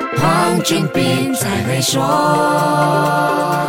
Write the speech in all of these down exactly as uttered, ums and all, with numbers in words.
黄俊斌才会说。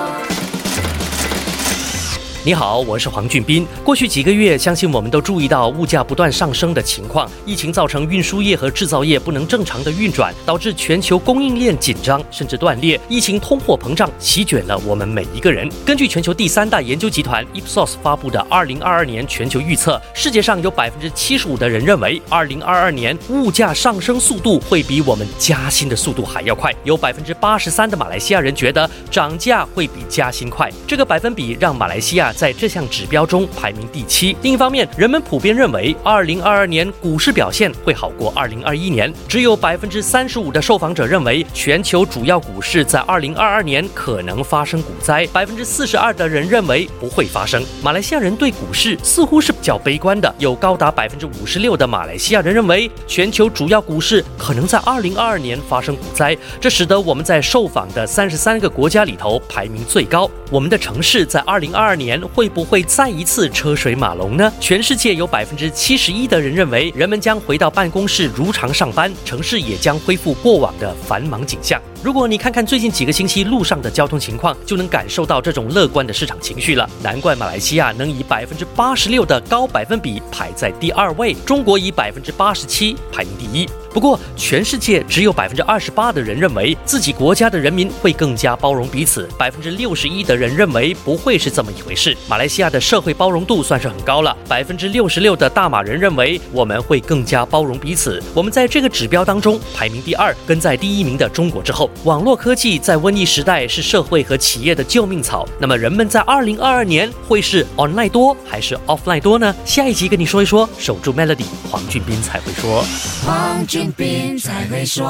你好，我是黄俊斌。过去几个月，相信我们都注意到物价不断上升的情况。疫情造成运输业和制造业不能正常的运转，导致全球供应链紧张甚至断裂。疫情通货膨胀席卷了我们每一个人。根据全球第三大研究集团 Ipsos 发布的二零二二年全球预测，世界上有 百分之七十五 的人认为二零二二年物价上升速度会比我们加薪的速度还要快。有 百分之八十三 的马来西亚人觉得涨价会比加薪快。这个百分比让马来西亚在这项指标中排名第七。另一方面，人们普遍认为二零二二年股市表现会好过二零二一年。只有 百分之三十五 的受访者认为全球主要股市在二零二二年可能发生股灾， 百分之四十二 的人认为不会发生。马来西亚人对股市似乎是比较悲观的，有高达 百分之五十六 的马来西亚人认为全球主要股市可能在二零二二年发生股灾，这使得我们在受访的三十三个国家里头排名最高。我们的城市在二零二二年会不会再一次车水马龙呢？全世界有 百分之七十一 的人认为人们将回到办公室如常上班，城市也将恢复过往的繁忙景象。如果你看看最近几个星期路上的交通情况，就能感受到这种乐观的市场情绪了。难怪马来西亚能以 百分之八十六 的高百分比排在第二位，中国以 百分之八十七 排名第一。不过全世界只有 百分之二十八 的人认为自己国家的人民会更加包容彼此， 百分之六十一 的人认为不会是这么一回事。马来西亚的社会包容度算是很高了， 百分之六十六 的大马人认为我们会更加包容彼此。我们在这个指标当中排名第二，跟在第一名的中国之后。网络科技在瘟疫时代是社会和企业的救命草，那么人们在二零二二年会是 online 多还是 offline 多呢？下一集跟你说一说，守住 Melody， 黄俊斌才会说。 黄俊斌才会说。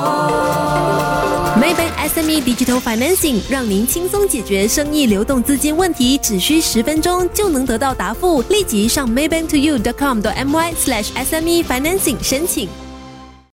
Maybank S M E Digital Financing 让您轻松解决生意流动资金问题，只需十分钟就能得到答复。立即上 maybank to you dot com dot my slash S M E financing 申请。